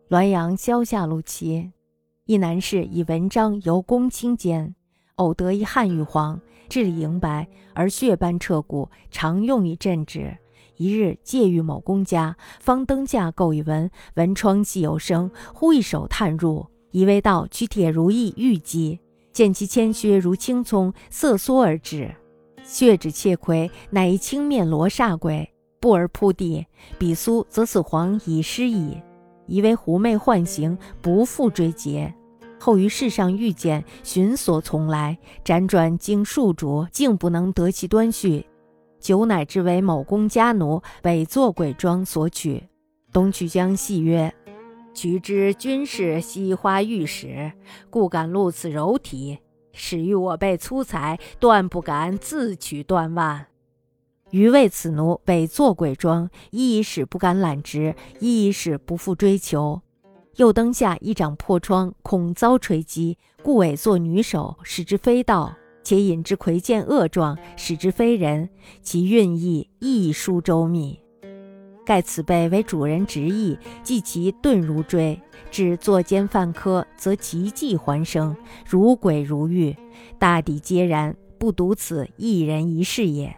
滦阳萧下路期，一男士以文章游公卿间，偶得一汉玉皇，质里莹白，而血斑彻骨，常用于镇之。一日借于某公家，方登驾购一文，文窗细有声，忽一手探入，以为道取铁如意玉击，见其铅靴如青葱，瑟缩而止。血指窃窥，乃一青面罗刹鬼，步而扑地，彼苏则此皇已失矣。以为狐媚幻形，不复追诘。后于世上遇见，寻所从来，辗转经数主，竟不能得其端绪。久乃知为某公家奴伪作鬼装所取。董曲江戏曰：取之君士惜花玉石，故敢录此柔体，使欲我辈粗才，断不敢自取断腕。余为此奴伪作鬼装，一以使不敢揽职，一以使不复追求。又灯下一掌破窗，恐遭锤击，故伪作女手，使之非道，且引之魁见恶状，使之非人，其韵意亦殊周密。盖此辈为主人直意，即其遁如追，至作奸犯科，则奇迹还生，如鬼如玉，大抵皆然，不独此一人一事也。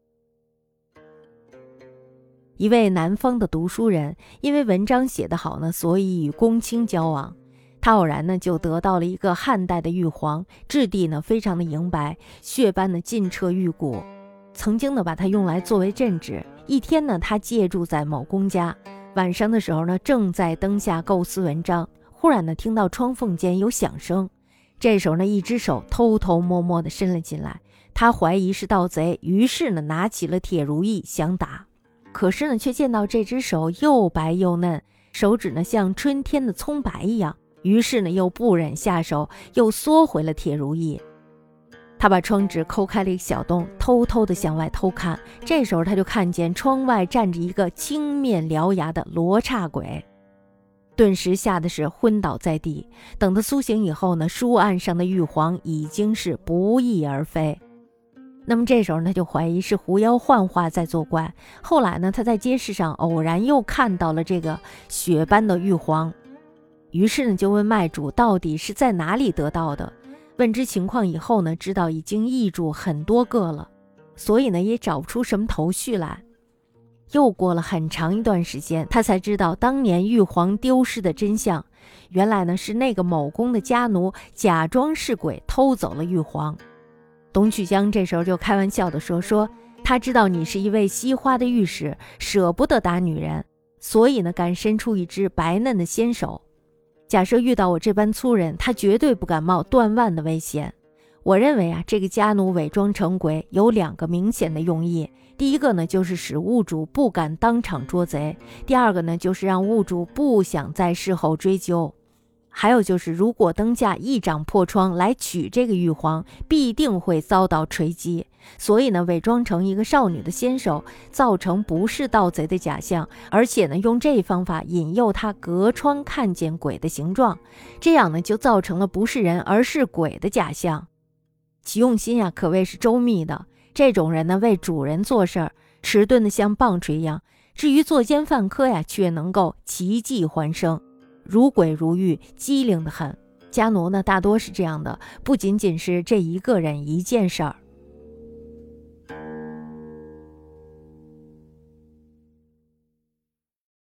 一位南方的读书人，因为文章写得好呢，所以与公卿交往。他偶然呢就得到了一个汉代的玉皇，质地呢非常的莹白，血斑呢尽彻玉骨，曾经呢把它用来作为镇纸。一天呢，他借住在某公家，晚上的时候呢，正在灯下构思文章，忽然呢听到窗缝间有响声。这时候呢，一只手偷偷摸摸的伸了进来，他怀疑是盗贼，于是呢拿起了铁如意想打。可是呢，却见到这只手又白又嫩，手指呢像春天的葱白一样，于是呢又不忍下手，又缩回了铁如意。他把窗纸抠开了一个小洞，偷偷的向外偷看。这时候他就看见窗外站着一个青面獠牙的罗刹鬼，顿时吓得是昏倒在地。等他苏醒以后呢，书案上的玉皇已经是不翼而飞。那么这时候他就怀疑是狐妖幻化在作怪。后来呢，他在街市上偶然又看到了这个血斑的玉皇，于是呢就问卖主到底是在哪里得到的。问知情况以后呢，知道已经易主很多个了，所以呢也找不出什么头绪来。又过了很长一段时间，他才知道当年玉皇丢失的真相。原来呢是那个某公的家奴假装是鬼偷走了玉皇。董曲江这时候就开玩笑地说他知道你是一位惜花的御史，舍不得打女人，所以呢敢伸出一只白嫩的纤手。假设遇到我这般粗人，他绝对不敢冒断腕的危险。我认为这个家奴伪装成鬼有两个明显的用意。第一个呢，就是使物主不敢当场捉贼；第二个呢，就是让物主不想在事后追究。还有就是，如果灯架一掌破窗来取这个玉皇，必定会遭到锤击。所以呢，伪装成一个少女的纤手，造成不是盗贼的假象，而且呢，用这方法引诱他隔窗看见鬼的形状，这样呢，就造成了不是人而是鬼的假象。其用心可谓是周密的。这种人呢，为主人做事儿，迟钝的像棒槌一样；至于作奸犯科却能够奇迹还生，如鬼如玉，机灵得很。家奴呢，大多是这样的，不仅仅是这一个人一件事儿。